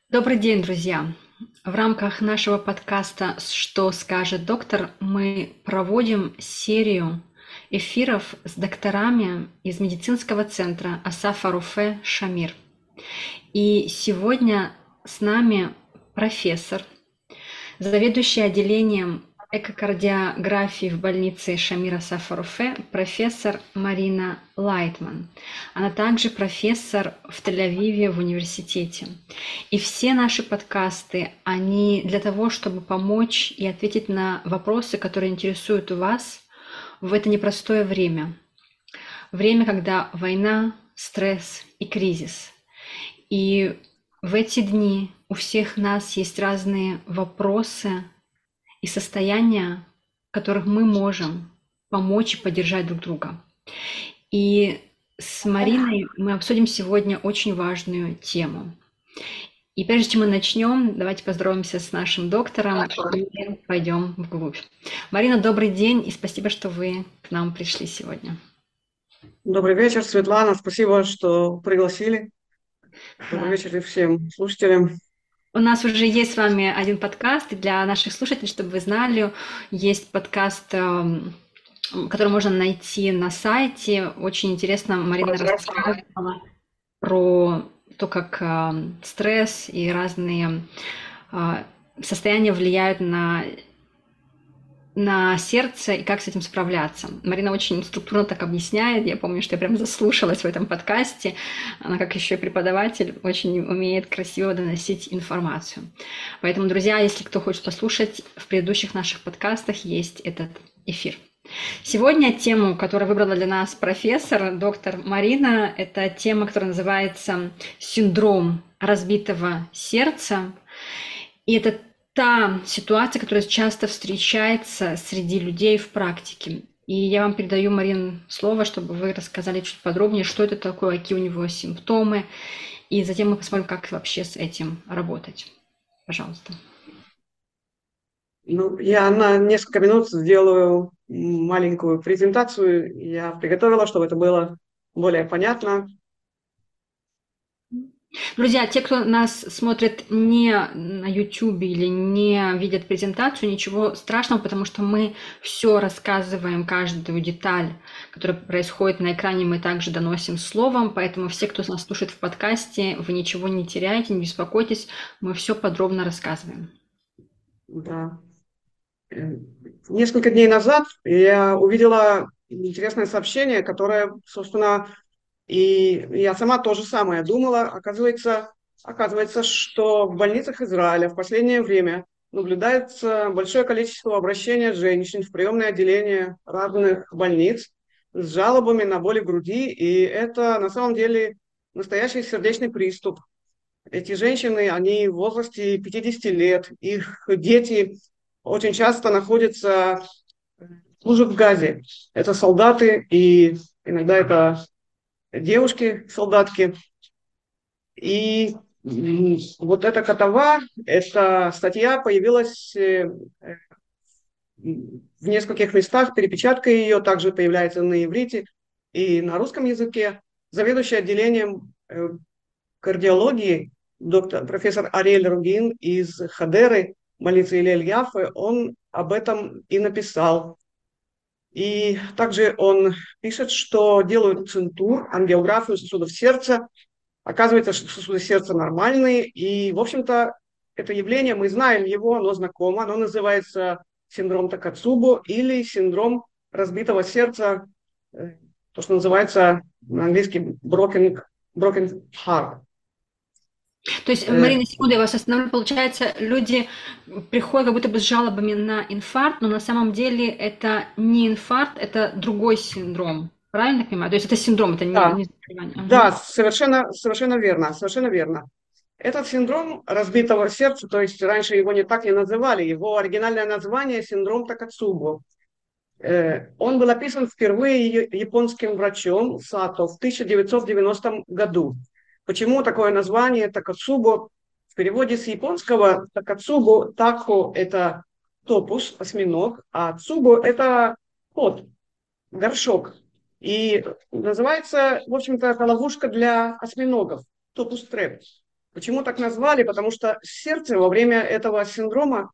Добрый день, друзья! В рамках нашего подкаста «Что скажет доктор» мы проводим серию эфиров с докторами из медицинского центра Асафа Руфе Шамир. И сегодня с нами профессор, заведующий отделением экокардиографии в больнице Шамира Сафаруфе, профессор Марина Лайтман. Она также профессор в Тель-Авиве в университете. И все наши подкасты, они для того, чтобы помочь и ответить на вопросы, которые интересуют вас в это непростое время. Время, когда война, стресс и кризис. И в эти дни у всех нас есть разные вопросы и состояния, в которых мы можем помочь и поддержать друг друга. И с Мариной мы обсудим сегодня очень важную тему. И прежде чем мы начнем, давайте поздороваемся с нашим доктором и пойдем вглубь. Марина, добрый день и спасибо, что вы к нам пришли сегодня. Добрый вечер, Светлана. Спасибо, что пригласили. Добрый Да. вечер и всем слушателям. У нас уже есть с вами один подкаст, и для наших слушателей, чтобы вы знали, есть подкаст, который можно найти на сайте. Очень интересно, Марина рассказывала про то, как стресс и разные а, состояния влияют на сердце и как с этим справляться. Марина очень структурно так объясняет. Я помню, что я прям заслушалась в этом подкасте. Она, как еще и преподаватель, очень умеет красиво доносить информацию. Поэтому, друзья, если кто хочет послушать, в предыдущих наших подкастах есть этот эфир. Сегодня тему, которую выбрала для нас профессор, доктор Марина, это тема, которая называется «Синдром разбитого сердца». И это та ситуация, которая часто встречается среди людей в практике. И я вам передаю, Марин, слово, чтобы вы рассказали чуть подробнее, что это такое, какие у него симптомы, и затем мы посмотрим, как вообще с этим работать. Пожалуйста. Я на несколько минут сделаю маленькую презентацию. Я приготовила, чтобы это было более понятно. Друзья, те, кто нас смотрит не на YouTube или не видят презентацию, ничего страшного, потому что мы все рассказываем, каждую деталь, которая происходит на экране, мы также доносим словом, поэтому все, кто нас слушает в подкасте, вы ничего не теряете, не беспокойтесь, мы все подробно рассказываем. Да. Э, Несколько дней назад я увидела интересное сообщение, которое, собственно, и я сама то же самое думала. Оказывается, что в больницах Израиля в последнее время наблюдается большое количество обращений женщин в приемное отделение разных больниц с жалобами на боли в груди, и это на самом деле настоящий сердечный приступ. Эти женщины, они в возрасте 50 лет, их дети очень часто находятся, служат в Газе. Это солдаты, и иногда это девушки-солдатки. И вот эта катава, эта статья появилась в нескольких местах, перепечатка ее также появляется на иврите и на русском языке. Заведующий отделением кардиологии, профессор Ариэль Ругин из Хадеры, больницы Илель Яфы, он об этом и написал. И также он пишет, что делают центур, ангиографию сосудов сердца. Оказывается, что сосуды сердца нормальные. И, в общем-то, это явление, мы знаем его, оно знакомо. Оно называется синдром Такацубо или синдром разбитого сердца, то, что называется на английский broken heart. То есть, Э, Марина, секунду, я вас остановлю. Получается, люди приходят как будто бы с жалобами на инфаркт, но на самом деле это не инфаркт, это другой синдром. Правильно я понимаю? То есть это синдром, это не, Да, не заболевание. да, Мгм. совершенно верно, совершенно верно. Этот синдром разбитого сердца, то есть раньше его не так не называли, его оригинальное название синдром Такацубо. Он был описан впервые японским врачом Сато в 1990 году. Почему такое название Такацубо? В переводе с японского Такацубо, тако – это топус, осьминог, а цубо – это кот, горшок. И называется, в общем-то, это ловушка для осьминогов, топус трэп. Почему так назвали? Потому что сердце во время этого синдрома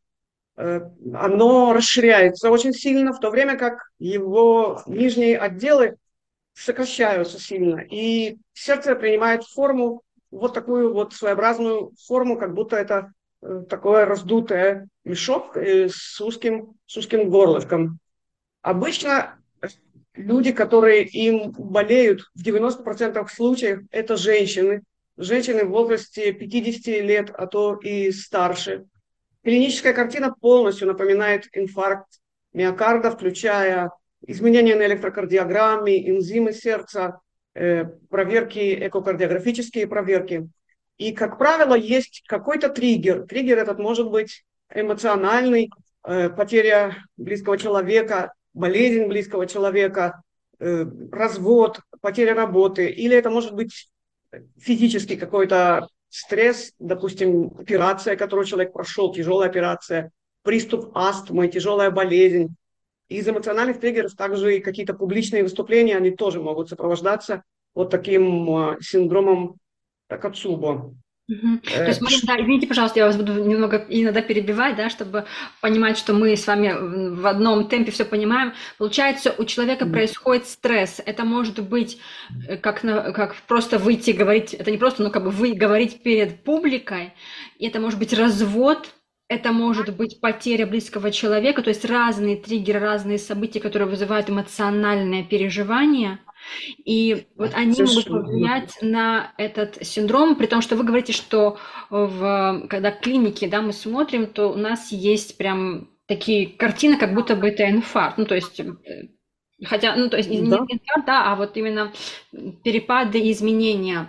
оно расширяется очень сильно, в то время как его нижние отделы сокращаются сильно. И сердце принимает форму, вот такую вот своеобразную форму, как будто это такое раздутое мешок с узким горлышком. Обычно люди, которые им болеют, в 90% случаев это женщины. Женщины в возрасте 50 лет, а то и старше. Клиническая картина полностью напоминает инфаркт миокарда, включая изменения на электрокардиограмме, энзимы сердца, проверки, экокардиографические проверки. И, как правило, есть какой-то триггер. Триггер этот может быть эмоциональный, потеря близкого человека, болезнь близкого человека, развод, потеря работы. Или это может быть физический какой-то стресс, допустим, операция, которую человек прошел, тяжелая операция, приступ астмы, тяжелая болезнь. Из эмоциональных триггеров также и какие-то публичные выступления, они тоже могут сопровождаться вот таким синдромом Такацубо. То есть мы, да, извините, пожалуйста, я вас буду немного иногда перебивать, да, чтобы понимать, что мы с вами в одном темпе все понимаем. Получается, у человека происходит стресс. Это может быть как просто выйти говорить, это не просто, ну, как бы вы говорить перед публикой, и это может быть развод, это может быть потеря близкого человека, то есть разные триггеры, разные события, которые вызывают эмоциональное переживание. И вот они могут Совершенно верно. повлиять на этот синдром, при том, что вы говорите, что когда в клинике, да, мы смотрим, то у нас есть прям такие картины, как будто бы это инфаркт. Ну, то есть, хотя, ну, то есть не Да. инфаркт, да, а вот именно перепады и изменения.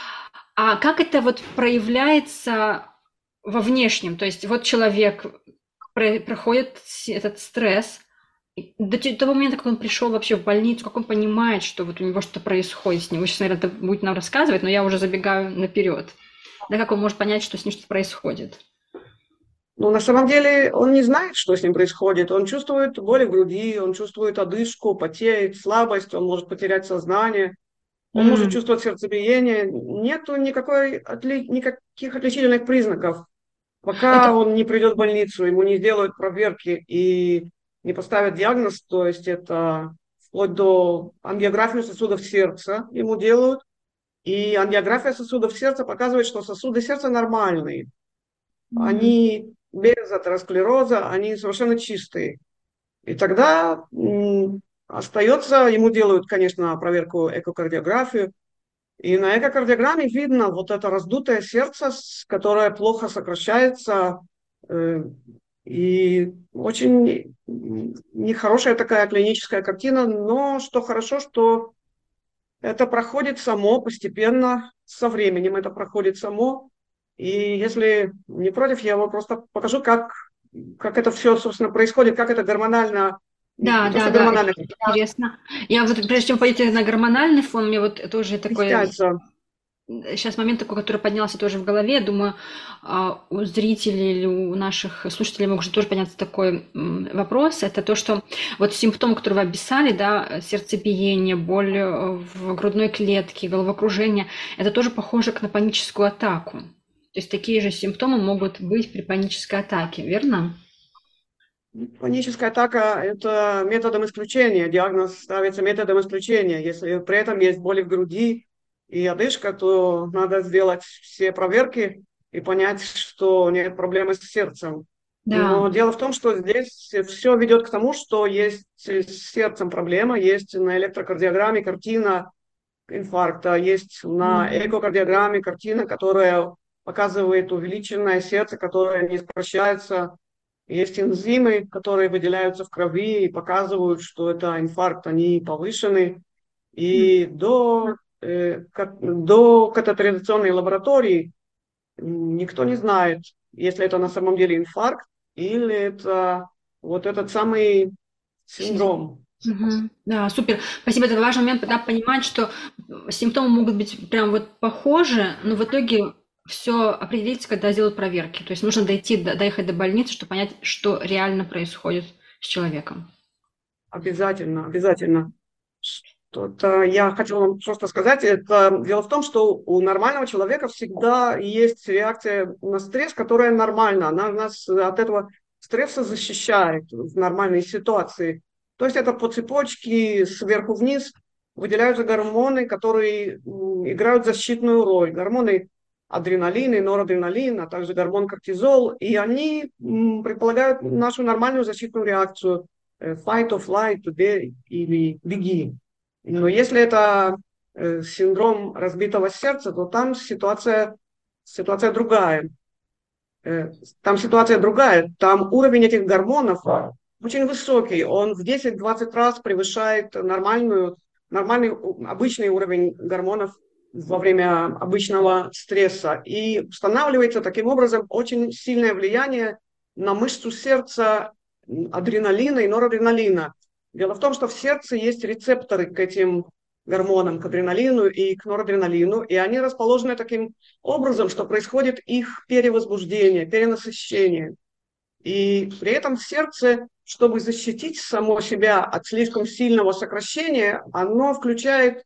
А как это вот проявляется во внешнем? То есть вот человек проходит этот стресс, и до того момента, как он пришел вообще в больницу, как он понимает, что вот у него что-то происходит с ним. Вы сейчас, наверное, это будете нам рассказывать, но я уже забегаю наперед. Да, как он может понять, что с ним что-то происходит? Но на самом деле он не знает, что с ним происходит. Он чувствует боль в груди, он чувствует одышку, потеет, слабость, он может потерять сознание. Он может М, чувствовать сердцебиение. Нету никаких отличительных признаков. Это, Пока он не придет в больницу, ему не сделают проверки и не поставят диагноз, то есть это вплоть до ангиографию сосудов сердца ему делают. И ангиография сосудов сердца показывает, что сосуды сердца нормальные. м, Они без атеросклероза, они совершенно чистые. И тогда остается, ему делают, конечно, проверку экокардиографию, и на экокардиограмме видно вот это раздутое сердце, которое плохо сокращается, э, и очень нехорошая такая клиническая картина, но что хорошо, что это проходит само постепенно, со временем это проходит само. И если не против, я вам просто покажу, как это все, собственно, происходит, как это гормонально, не да, то да, что да, гормонально, интересно. Я вот, прежде чем пойти на гормональный фон, мне вот тоже такой смещается. сейчас момент такой, который поднялся тоже в голове. Думаю, у зрителей или у наших слушателей может тоже подняться такой вопрос. Это то, что вот симптомы, которые вы описали, да, сердцебиение, боль в грудной клетке, головокружение, это тоже похоже на паническую атаку. То есть такие же симптомы могут быть при панической атаке, верно? Паническая атака – это методом исключения. Диагноз ставится методом исключения. Если при этом есть боли в груди и одышка, то надо сделать все проверки и понять, что нет проблемы с сердцем. Да. Но дело в том, что здесь все ведет к тому, что есть с сердцем проблема, есть на электрокардиограмме картина инфаркта, есть на Мгм. экокардиограмме картина, которая показывает увеличенное сердце, которое не сокращается. Есть энзимы, которые выделяются в крови и показывают, что это инфаркт, они повышены. И до катетеризационной лаборатории никто не знает, если это на самом деле инфаркт или это вот этот самый синдром. Мгм. Да, супер. Спасибо. Это важный момент, да, понимать, что симптомы могут быть прям вот похожи, но в итоге все определится, когда сделают проверки. То есть нужно доехать до больницы, чтобы понять, что реально происходит с человеком. Обязательно, обязательно. Я хотела вам просто сказать, это дело в том, что у нормального человека всегда есть реакция на стресс, которая нормальна. Она нас от этого стресса защищает в нормальной ситуации. То есть это по цепочке сверху вниз выделяются гормоны, которые играют защитную роль. Гормоны адреналин и норадреналин, а также гормон кортизол. И они предполагают нашу нормальную защитную реакцию. Fight or flight, убей или беги. Но если это синдром разбитого сердца, то там ситуация другая. Там ситуация другая. Там уровень этих гормонов очень высокий. Он в 10-20 раз превышает нормальный обычный уровень гормонов во время обычного стресса. И устанавливается таким образом очень сильное влияние на мышцу сердца адреналина и норадреналина. Дело в том, что в сердце есть рецепторы к этим гормонам, к адреналину и к норадреналину, и они расположены таким образом, что происходит их перевозбуждение, перенасыщение. И при этом сердце, чтобы защитить само себя от слишком сильного сокращения, оно включает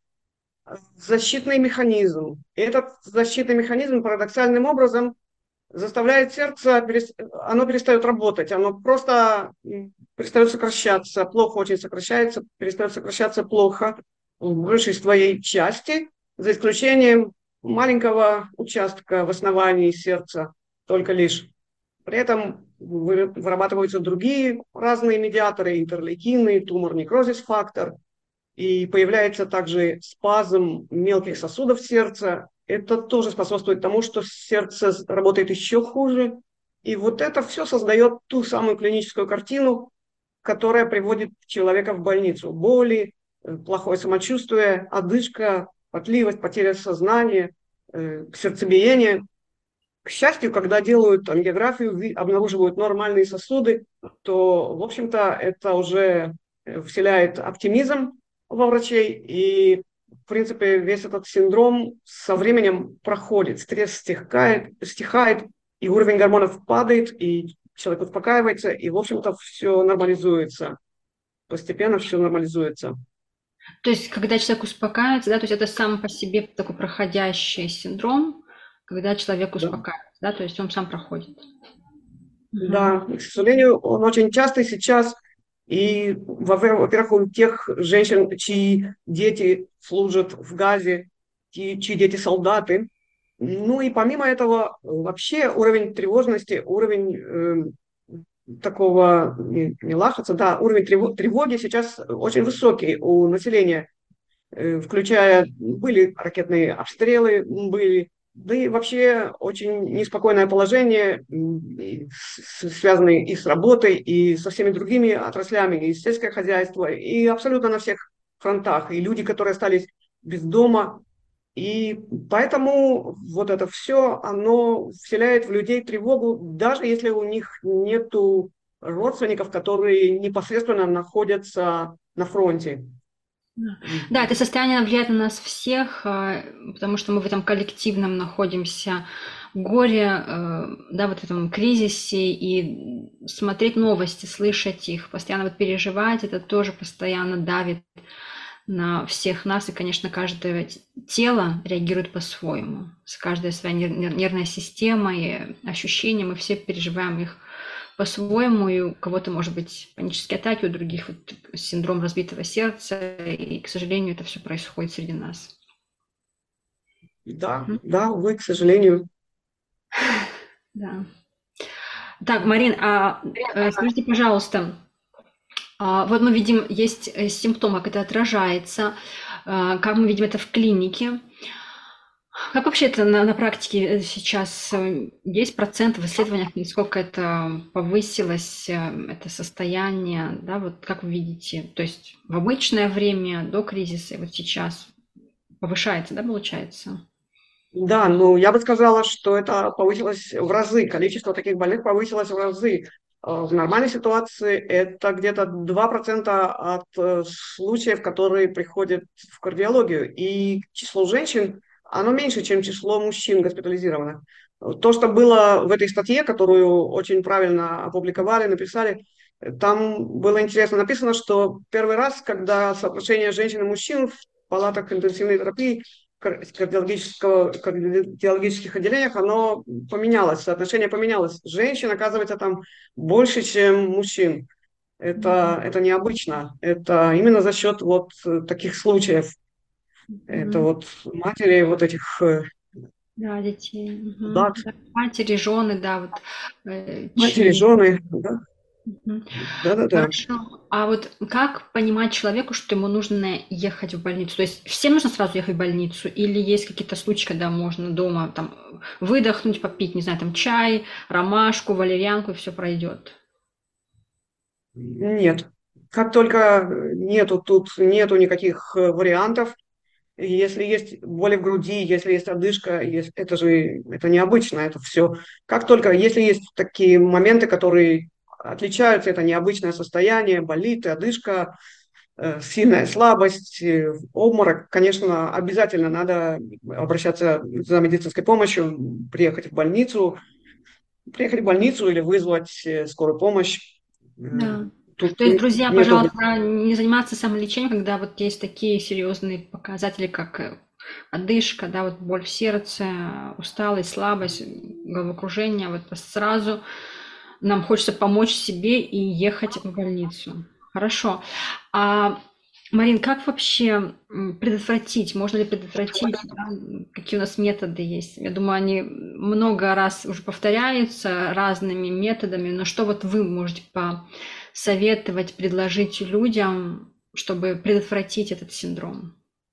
защитный механизм. И этот защитный механизм парадоксальным образом заставляет сердце, оно перестает работать, оно просто перестает сокращаться, плохо очень сокращается, перестает сокращаться плохо в большей своей части, за исключением маленького участка в основании сердца, только лишь. При этом вырабатываются другие разные медиаторы, интерлейкины, тумор-некрозис фактор, и появляется также спазм мелких сосудов сердца. Это тоже способствует тому, что сердце работает еще хуже. И вот это все создает ту самую клиническую картину, которая приводит человека в больницу. Боли, плохое самочувствие, одышка, потливость, потеря сознания, сердцебиение. К счастью, когда делают ангиографию, обнаруживают нормальные сосуды, то, в общем-то, это уже вселяет оптимизм во врачей, и, в принципе, весь этот синдром со временем проходит, стресс стихает, и уровень гормонов падает, и человек успокаивается, и, в общем-то, все нормализуется, постепенно все нормализуется. То есть, когда человек успокаивается, да, то есть это сам по себе такой проходящий синдром, когда человек Да. успокаивается, да, то есть он сам проходит. Мгм. Да, к сожалению, он очень частый сейчас. И, во-первых, у тех женщин, чьи дети служат в Газе, чьи дети солдаты. Ну и помимо этого, вообще уровень тревожности, уровень такого не лахаться, да, уровень тревоги сейчас очень высокий у населения, включая, были ракетные обстрелы, были, да и вообще очень неспокойное положение, связанное и с работой, и со всеми другими отраслями, и сельское хозяйство, и абсолютно на всех фронтах, и люди, которые остались без дома. И поэтому вот это все, оно вселяет в людей тревогу, даже если у них нету родственников, которые непосредственно находятся на фронте. Да. Да, это состояние влияет на нас всех, потому что мы в этом коллективном находимся горе, да, вот в этом кризисе, и смотреть новости, слышать их, постоянно вот переживать, это тоже постоянно давит на всех нас, и, конечно, каждое тело реагирует по-своему, каждая своя нервная система и ощущения, мы все переживаем их по-своему, и у кого-то может быть панические атаки, у других вот синдром разбитого сердца, и, к сожалению, это все происходит среди нас. Да, да, увы, к сожалению. Да. Так, Марин, скажите, пожалуйста, вот мы видим, есть симптом, как это отражается, как мы видим это в клинике. Как вообще это на практике сейчас? Есть процент в исследованиях, насколько это повысилось, это состояние, да, вот как вы видите, то есть в обычное время, до кризиса, и вот сейчас повышается, да, получается? Да, ну я бы сказала, что это повысилось в разы, количество таких больных повысилось в разы. В нормальной ситуации это где-то 2% от случаев, которые приходят в кардиологию. И число женщин, оно меньше, чем число мужчин госпитализированных. То, что было в этой статье, которую очень правильно опубликовали, написали, Там было интересно написано, что первый раз, когда соотношение женщин и мужчин в палатах интенсивной терапии кардиологических отделениях, оно поменялось, соотношение поменялось. Женщин, оказывается, там больше, чем мужчин. Это необычно. Это именно за счет вот таких случаев. Это Мгм. вот матери вот этих Да, детей. Мгм. дат, Да, матери, жены, да, вот матери, чьи. жены. Да, Мгм. да. Хорошо. А вот как понимать человеку, что ему нужно ехать в больницу? То есть всем нужно сразу ехать в больницу? Или есть какие-то случаи, когда можно дома там выдохнуть, попить, не знаю, там чай, ромашку, валерьянку, и все пройдет? Нет. Как только нету никаких вариантов. Если есть боли в груди, если есть одышка, это необычно, это все. Как только, если есть такие моменты, которые отличаются, это необычное состояние, болит, одышка, сильная слабость, обморок, конечно, обязательно надо обращаться за медицинской помощью, приехать в больницу или вызвать скорую помощь. Э, Да. Тут То есть, друзья, нету. пожалуйста, не заниматься самолечением, когда вот есть такие серьезные показатели, как одышка, да, вот боль в сердце, усталость, слабость, головокружение. Вот сразу нам хочется помочь себе и ехать в больницу. Хорошо. А, Марин, как вообще предотвратить? Можно ли предотвратить? Да, какие у нас методы есть? Я думаю, они много раз уже повторяются разными методами, но что вот вы можете посоветовать, предложить людям, чтобы предотвратить этот синдром?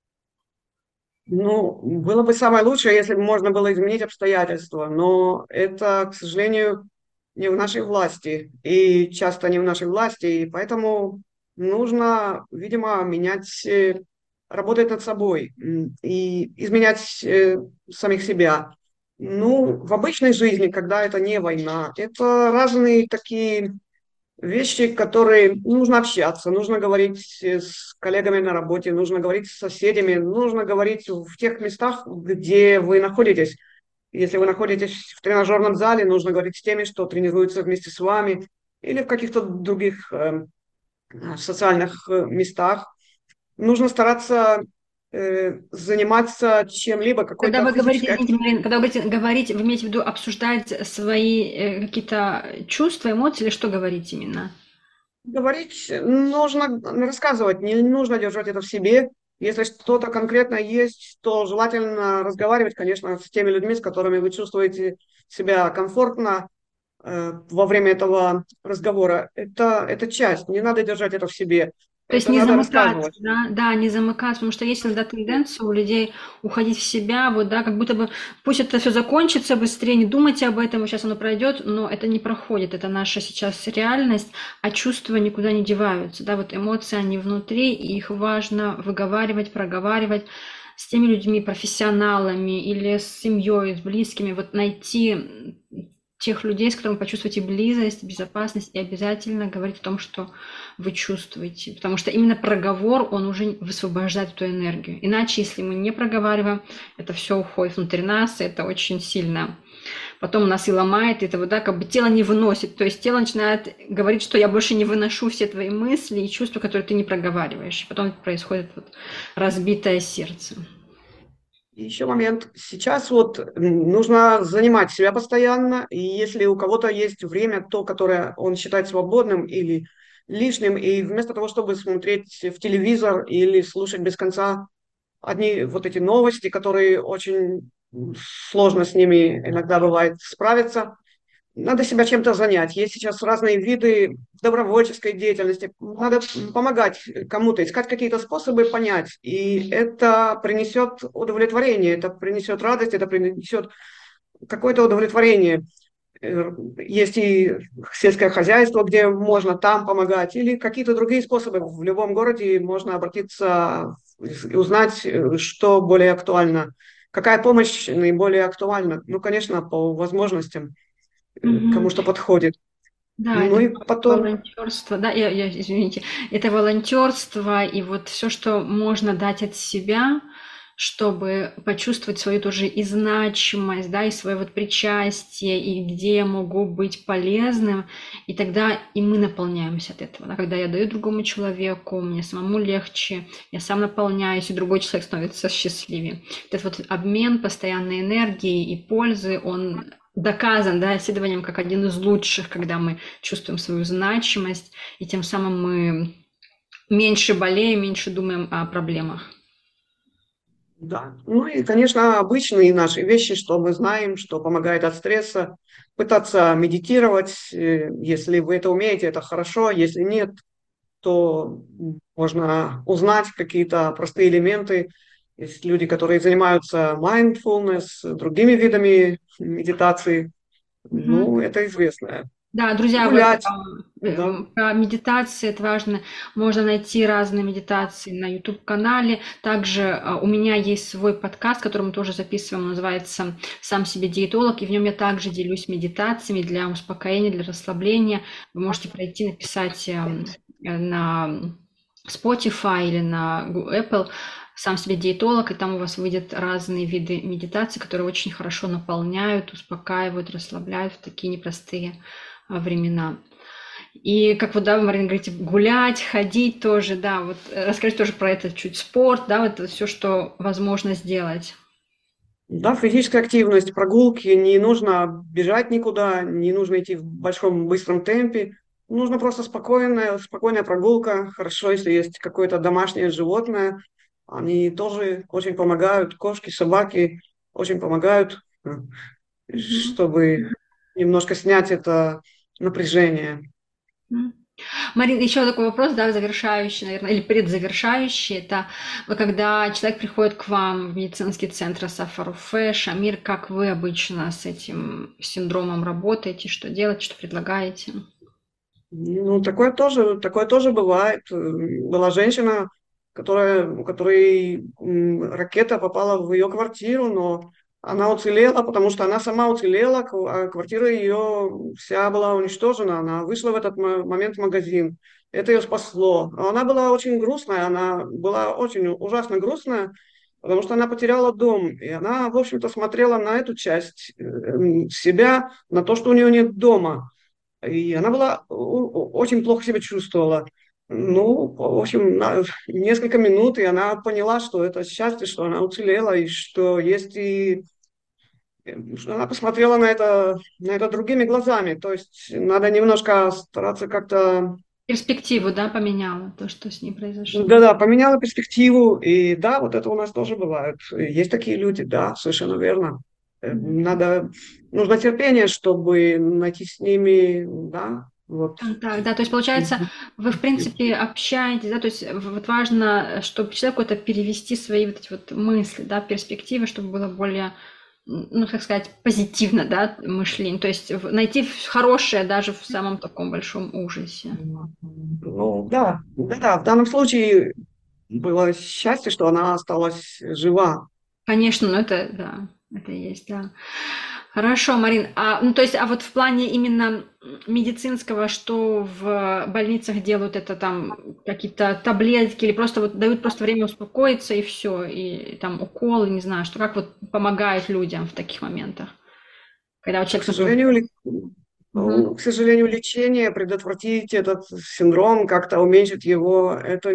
Ну, было бы самое лучшее, если бы можно было изменить обстоятельства, но это, к сожалению, не в нашей власти, и часто не в нашей власти, и поэтому нужно, видимо, работать над собой и изменять самих себя. Ну, в обычной жизни, когда это не война, это разные такие вещи, которые нужно общаться, нужно говорить с коллегами на работе, нужно говорить с соседями, нужно говорить в тех местах, где вы находитесь. Если вы находитесь в тренажерном зале, нужно говорить с теми, что тренируются вместе с вами, или в каких-то других социальных местах. Нужно стараться заниматься чем-либо, Когда какой-то вы говорите, физической извините, активностью. Марина, когда вы говорите говорить, вы имеете в виду обсуждать свои какие-то чувства, эмоции или что говорить именно? Говорить нужно, рассказывать, не нужно держать это в себе. Если что-то конкретно есть, то желательно разговаривать, конечно, с теми людьми, с которыми вы чувствуете себя комфортно во время этого разговора. Это часть, не надо держать это в себе. То есть Это не надо замыкаться, рассказывать. да, да, не замыкаться, потому что есть иногда тенденция у людей уходить в себя, вот, да, как будто бы пусть это все закончится быстрее, не думайте об этом, сейчас оно пройдет, но это не проходит, это наша сейчас реальность, а чувства никуда не деваются, да, вот эмоции, они внутри, и их важно выговаривать, проговаривать с теми людьми, профессионалами или с семьей, с близкими, вот найти тех людей, с которыми почувствуете близость, безопасность, и обязательно говорить о том, что вы чувствуете. Потому что именно проговор, он уже высвобождает эту энергию. Иначе, если мы не проговариваем, это все уходит внутрь нас, и это очень сильно потом нас и ломает, и это вот, да, как бы тело не выносит. То есть тело начинает говорить, что я больше не выношу все твои мысли и чувства, которые ты не проговариваешь. И потом происходит вот разбитое сердце. И еще момент. Сейчас вот нужно занимать себя постоянно, и если у кого-то есть время, то, которое он считает свободным или лишним, и вместо того, чтобы смотреть в телевизор или слушать без конца одни вот эти новости, которые очень сложно с ними иногда бывает справиться, надо себя чем-то занять. Есть сейчас разные виды добровольческой деятельности. Надо помогать кому-то, искать какие-то способы понять. И это принесет удовлетворение, это принесет радость, это принесет какое-то удовлетворение. Есть и сельское хозяйство, где можно там помогать, или какие-то другие способы. В любом городе можно обратиться и узнать, что более актуально. Какая помощь наиболее актуальна? Ну, конечно, по возможностям, кому Мгм. что подходит. Да, Ну это и потом, волонтерство, да, извините, это волонтерство и вот все, что можно дать от себя, чтобы почувствовать свою тоже и значимость, да, и свое вот причастие, и где я могу быть полезным, и тогда и мы наполняемся от этого. Да. Когда я даю другому человеку, мне самому легче, я сам наполняюсь, и другой человек становится счастливее. Этот вот обмен постоянной энергии и пользы, он доказан, да, исследованием как один из лучших, когда мы чувствуем свою значимость, и тем самым мы меньше болеем, меньше думаем о проблемах. Да. Ну и, конечно, обычные наши вещи, что мы знаем, что помогает от стресса, пытаться медитировать. Если вы это умеете, это хорошо. Если нет, то можно узнать какие-то простые элементы. Есть люди, которые занимаются mindfulness, другими видами медитации. Мгм. Ну, это известно. Да, друзья, вот Гулять, да. про медитации, это важно. Можно найти разные медитации на YouTube-канале. Также у меня есть свой подкаст, который мы тоже записываем, он называется «Сам себе диетолог», и в нем я также делюсь медитациями для успокоения, для расслабления. Вы можете пройти, написать на Spotify или на Apple «Сам себе диетолог», и там у вас выйдет разные виды медитации, которые очень хорошо наполняют, успокаивают, расслабляют в такие непростые времена. И как вот, да, вы, Марина, говорите, гулять, ходить тоже, да, вот расскажите тоже про это чуть, спорт, да, вот это все, что возможно сделать. Да, физическая активность, прогулки, не нужно бежать никуда, не нужно идти в большом быстром темпе. Нужно просто спокойная прогулка. Хорошо, если есть какое-то домашнее животное. Они тоже очень помогают. Кошки, собаки очень помогают, Мгм. чтобы немножко снять это напряжение. Мгм. Марина, еще такой вопрос, да, завершающий, наверное, или предзавершающий. Это вы, когда человек приходит к вам в медицинский центр Асафа Руфе, Шамир, как вы обычно с этим синдромом работаете, что делаете, что предлагаете? Ну, такое тоже бывает. Была женщина, у которой ракета попала в ее квартиру, но она уцелела, потому что она сама уцелела, а квартира ее вся была уничтожена. Она вышла в этот момент в магазин. Это ее спасло. Но она была очень грустная, она была очень ужасно грустная, потому что она потеряла дом. И она, в общем-то, смотрела на эту часть себя, на то, что у нее нет дома. И она была очень плохо себя чувствовала. Ну, в общем, несколько минут, и она поняла, что это счастье, что она уцелела, и что есть что она посмотрела на это другими глазами. То есть надо немножко стараться как-то... Перспективу, да, поменяла то, что с ней произошло. Да-да, поменяла перспективу, и да, вот это у нас тоже бывает. Есть такие люди, да, совершенно верно. Нужно терпение, чтобы найти с ними, да, вот. Так, да, то есть получается, вы в принципе общаетесь, да, то есть вот важно, чтобы человеку это перевести свои вот эти вот мысли, да, перспективы, чтобы было более, ну, как сказать, позитивно, да, мышление, то есть найти хорошее даже в самом таком большом ужасе. Ну, да, да, да, в данном случае было счастье, что она осталась жива. Конечно, ну это, да, это есть, да. Хорошо, Марин. Ну, то есть, а вот в плане именно медицинского, что в больницах делают, это там какие-то таблетки или просто вот дают просто время успокоиться и все, и там уколы, не знаю, что как вот помогает людям в таких моментах, когда вот К человек, например, сожалению, мгм, к сожалению, лечение, предотвратить этот синдром, как-то уменьшить его,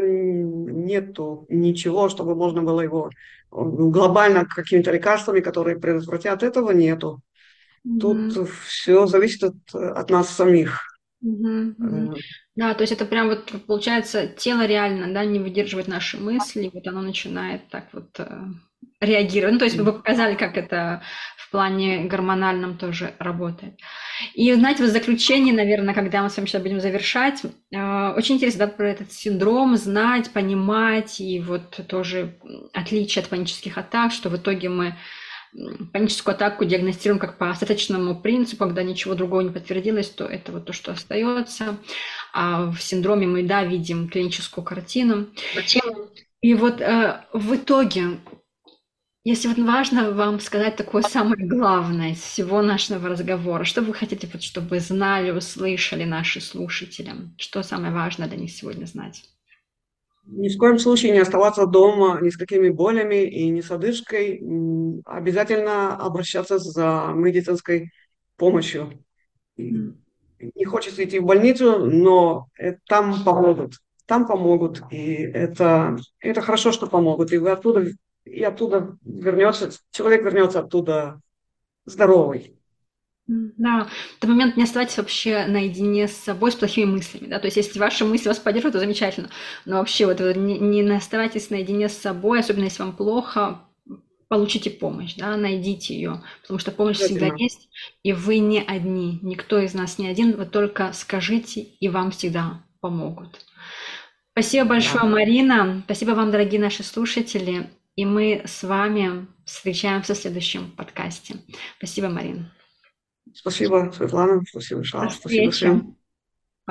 нету ничего, чтобы можно было его глобально какими-то лекарствами, которые предотвратят, этого нету. Тут мгм, все зависит от нас самих. мгм, мгм. Э, Да, то есть это прям вот получается тело реально, да, не выдерживает наши мысли, вот оно начинает так вот реагировать. Ну, то есть вы показали, как это в плане гормональном тоже работает. И, знаете, в заключение, наверное, когда мы с вами сейчас будем завершать, очень интересно, да, про этот синдром знать, понимать, и вот тоже отличие от панических атак, что в итоге мы паническую атаку диагностируем как по остаточному принципу, когда ничего другого не подтвердилось, то это вот то, что остается. А в синдроме мы, да, видим клиническую картину. И вот в итоге, если вот важно вам сказать такое самое главное из всего нашего разговора, что вы хотите, вот, чтобы знали, услышали наши слушатели? Что самое важное для них сегодня знать? Ни в коем случае не оставаться дома ни с какими болями и ни с одышкой. Обязательно обращаться за медицинской помощью. М. Не хочется идти в больницу, но там помогут. Там помогут. И это хорошо, что помогут. И оттуда вернется, человек вернется оттуда здоровый. Да, в этот момент не оставайтесь вообще наедине с собой с плохими мыслями, да, то есть если ваши мысли вас поддерживают, то замечательно, но вообще вот не оставайтесь наедине с собой, особенно если вам плохо, получите помощь, да, найдите ее, потому что помощь всегда Обязательно. есть, и вы не одни, никто из нас не один, вы только скажите, и вам всегда помогут. Спасибо большое, Да. Марина, спасибо вам, дорогие наши слушатели, и мы с вами встречаемся в следующем подкасте. Спасибо, Марина. Спасибо, Светлана. Спасибо, До Шал. Спасибо встречи. всем.